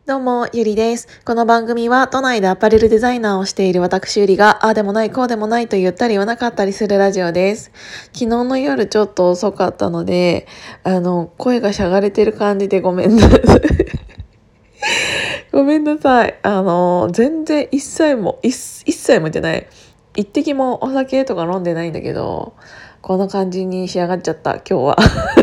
どうも、ゆりです。この番組は都内でアパレルデザイナーをしている私ゆりが、ああでもないこうでもないと言ったり言わなかったりするラジオです。昨日の夜ちょっと遅かったので、声がしゃがれてる感じでごめんなさい。ごめんなさい。全然一切もじゃない。一滴もお酒とか飲んでないんだけど、こんな感じに仕上がっちゃった、今日は。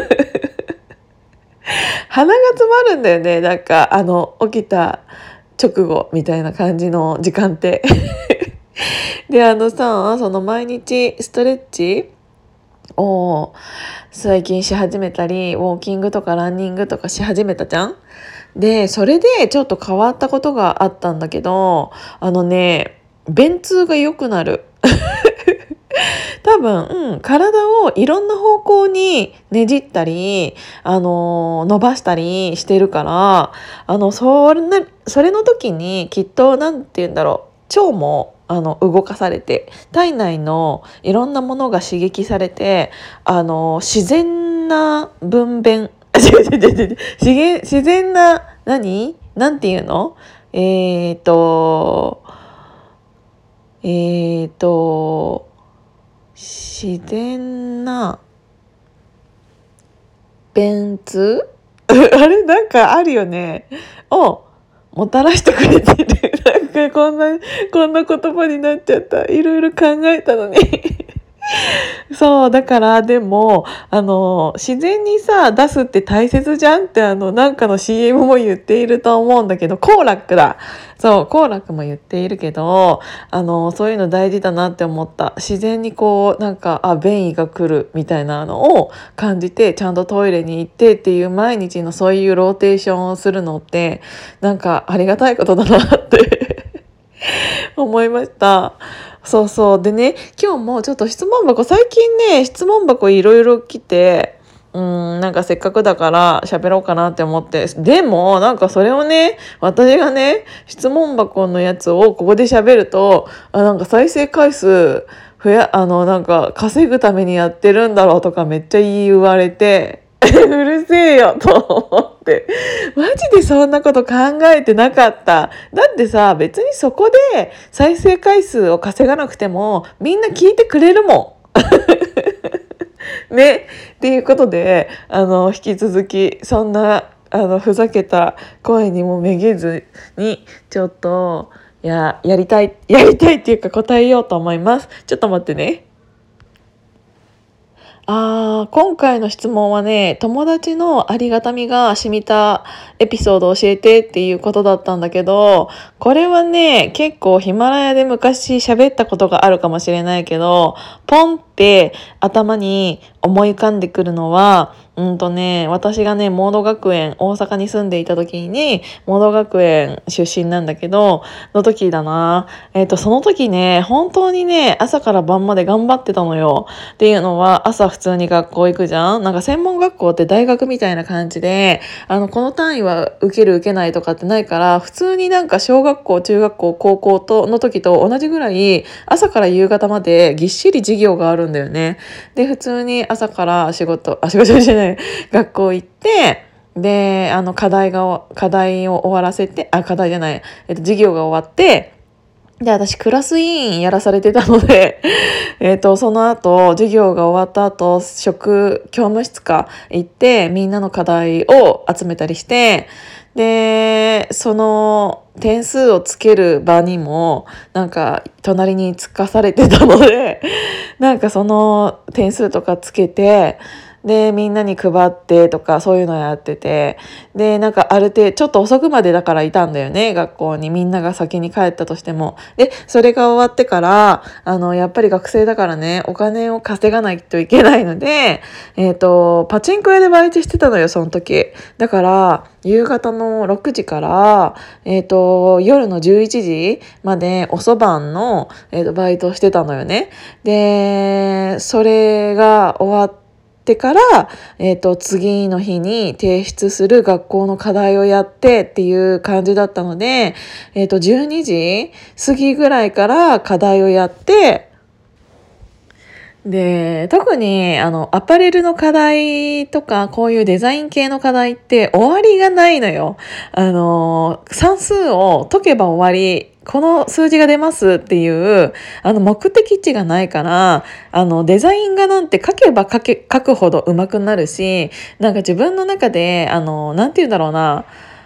鼻が詰まるんだよね。なんか、起きた直後みたいな感じの時間って。で、その毎日ストレッチを最近し始めたり、ウォーキングとかランニングとかし始めたじゃん。で、それでちょっと変わったことがあったんだけど、便通が良くなる。多分、体をいろんな方向にねじったり、伸ばしたりしてるから、それの時にきっと、なんて言うんだろう、腸も、動かされて、体内のいろんなものが刺激されて、自然な分娩、自然な、なんて言うのえーと、えーと、自然な便通あれなんかあるよねをもたらしてくれてる。なんかこんな言葉になっちゃった。いろいろ考えたのに。そう、だからでも、自然にさ、出すって大切じゃんってなんかの CM も言っていると思うんだけど、コーラックだ。そう、コーラックも言っているけど、そういうの大事だなって思った。自然にこう、なんか、便意が来るみたいなのを感じて、ちゃんとトイレに行ってっていう毎日のそういうローテーションをするのって、なんかありがたいことだなって思いました。そうそう。でね、今日もちょっと最近ね、質問箱いろいろ来て、なんかせっかくだから喋ろうかなって思って。でも、なんかそれをね、私がね、質問箱のやつをここで喋ると、なんか再生回数なんか稼ぐためにやってるんだろうとかめっちゃ言われて、うるせえよと思って。マジでそんなこと考えてなかった。だってさ、別にそこで再生回数を稼がなくてもみんな聞いてくれるもん。ね。っていうことで、引き続き、そんな、ふざけた声にもめげずに、ちょっと、やりたいっていうか答えようと思います。ちょっと待ってね。今回の質問はね、友達のありがたみが染みたエピソードを教えてっていうことだったんだけど、これはね、結構ヒマラヤで昔喋ったことがあるかもしれないけど、ポンって頭に思い浮かんでくるのは、私がね、モード学園、大阪に住んでいた時に、モード学園出身なんだけど、の時だな。その時ね、本当にね、朝から晩まで頑張ってたのよ。っていうのは、朝普通に学校行くじゃん。なんか専門学校って大学みたいな感じで、この単位は受ける受けないとかってないから、普通になんか小学校、中学校、高校の時と同じぐらい、朝から夕方までぎっしり授業があるんだよね。で、普通に朝から仕事じゃない、学校行って、で、課題を終わらせて、課題じゃない、授業が終わって、で、私、クラス委員やらされてたので、その後、授業が終わった後、教務室行って、みんなの課題を集めたりして、で、その点数をつける場にも、なんか、隣につかされてたので、なんかその点数とかつけて、で、みんなに配ってとか、そういうのやってて、で、なんかある程度、ちょっと遅くまでだからいたんだよね、学校に。みんなが先に帰ったとしても。で、それが終わってから、やっぱり学生だからね、お金を稼がないといけないので、パチンコ屋でバイトしてたのよ、その時。だから、夕方の6時から、夜の11時までおそばんの、バイトをしてたのよね。で、それが終わってから、次の日に提出する学校の課題をやってっていう感じだったので、12時過ぎぐらいから課題をやって、 で、特に、アパレルの課題とか、こういうデザイン系の課題って終わりがないのよ。算数を解けば終わり。この数字が出ますっていう、目的地がないから、デザインがなんて書けば書くほど上手くなるし、なんか自分の中で、なんて言うんだろうな、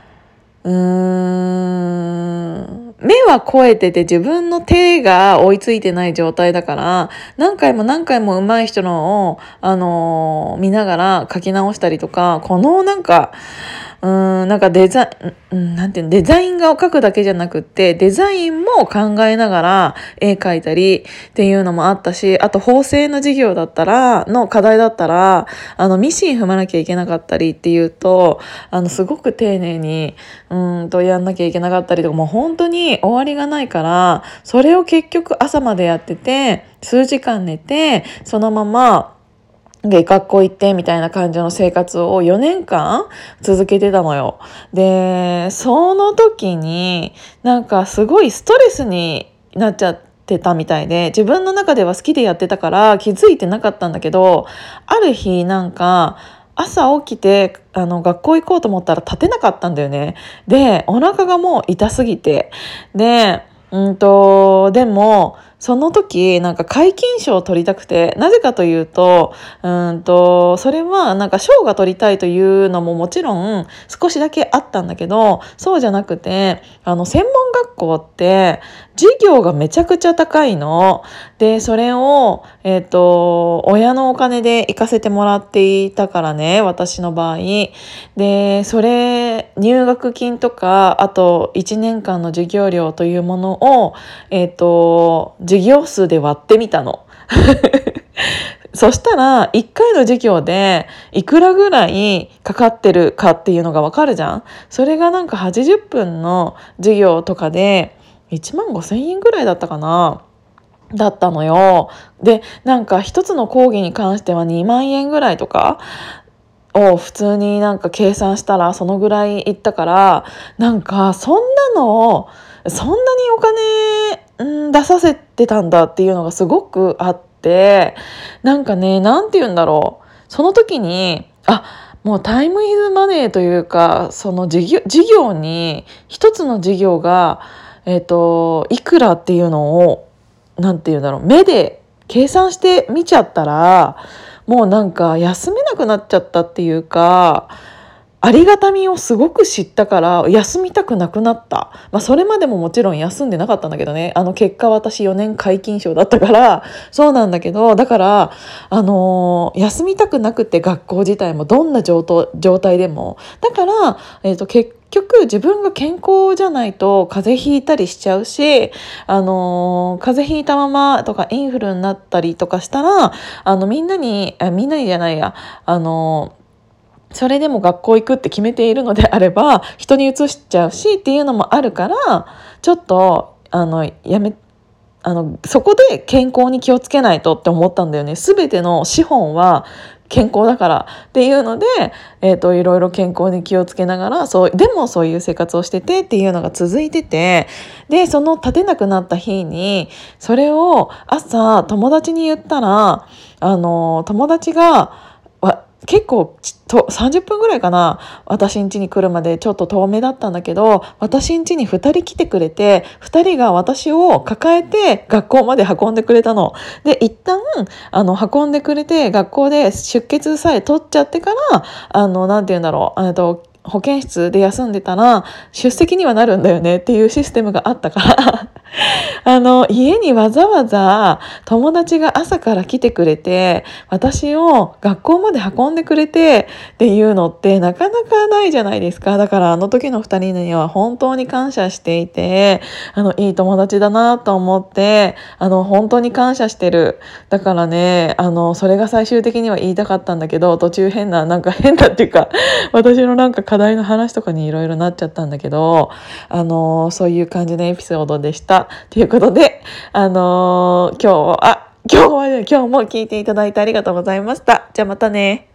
目は超えてて自分の手が追いついてない状態だから、何回も何回も上手い人のを、見ながら書き直したりとか、このなんか、なんかなんていうの、デザイン画を描くだけじゃなくって、デザインも考えながら絵描いたりっていうのもあったし、あと縫製の授業だったら、の課題だったら、ミシン踏まなきゃいけなかったりっていうと、すごく丁寧に、やんなきゃいけなかったりとか、もう本当に終わりがないから、それを結局朝までやってて、数時間寝て、そのまま、で、学校行ってみたいな感じの生活を4年間続けてたのよ。で、その時になんかすごいストレスになっちゃってたみたいで、自分の中では好きでやってたから気づいてなかったんだけど、ある日なんか朝起きて学校行こうと思ったら立てなかったんだよね。で、お腹がもう痛すぎて。で、でも、その時、なんか皆勤賞を取りたくて、なぜかというと、それはなんか賞が取りたいというのももちろん少しだけあったんだけど、そうじゃなくて、専門学校って授業がめちゃくちゃ高いの。で、それを、親のお金で行かせてもらっていたからね、私の場合。で、入学金とか、あと1年間の授業料というものを、授業数で割ってみたの。そしたら、1回の授業でいくらぐらいかかってるかっていうのがわかるじゃん。それがなんか80分の授業とかで、1万5千円ぐらいだったかな。だったのよ。で、なんか一つの講義に関しては2万円ぐらいとかを普通になんか計算したらそのぐらいいったから、なんかそんなにお金、出させてたんだっていうのがすごくあって、なんかね、なんて言うんだろう。その時に、もうタイムイズマネーというか、その授業に、一つの授業が、いくらっていうのを、なんて言うんだろう、目で計算してみちゃったら、もうなんか休めなくなっちゃったっていうか、ありがたみをすごく知ったから休みたくなくなった。それまでももちろん休んでなかったんだけどね。結果私4年皆勤賞だったから、そうなんだけど、だから、休みたくなくて学校自体もどんな状態でも。だから、結局自分が健康じゃないと風邪ひいたりしちゃうし、風邪ひいたままとかインフルになったりとかしたら、みんなにじゃないや、それでも学校行くって決めているのであれば人に移しちゃうしっていうのもあるから、ちょっとそこで健康に気をつけないとって思ったんだよね。全ての資本は健康だからっていうので、いろいろ健康に気をつけながら、でもそういう生活をしててっていうのが続いてて、で、その立てなくなった日に、それを朝友達に言ったら、友達が、結構30分ぐらいかな、私ん家に来るまでちょっと遠めだったんだけど、私ん家に2人来てくれて、2人が私を抱えて学校まで運んでくれたの。で、一旦運んでくれて学校で出血さえ取っちゃってから、なんて言うんだろう、保健室で休んでたら出席にはなるんだよねっていうシステムがあったから家にわざわざ友達が朝から来てくれて、私を学校まで運んでくれてっていうのってなかなかないじゃないですか。だから時の2人には本当に感謝していて、いい友達だなと思って、本当に感謝してる。だからね、それが最終的には言いたかったんだけど、途中変だっていうか、私のなんか課題の話とかにいろいろなっちゃったんだけど、そういう感じのエピソードでした。ということで、今日も聞いていただいてありがとうございました。じゃあまたね。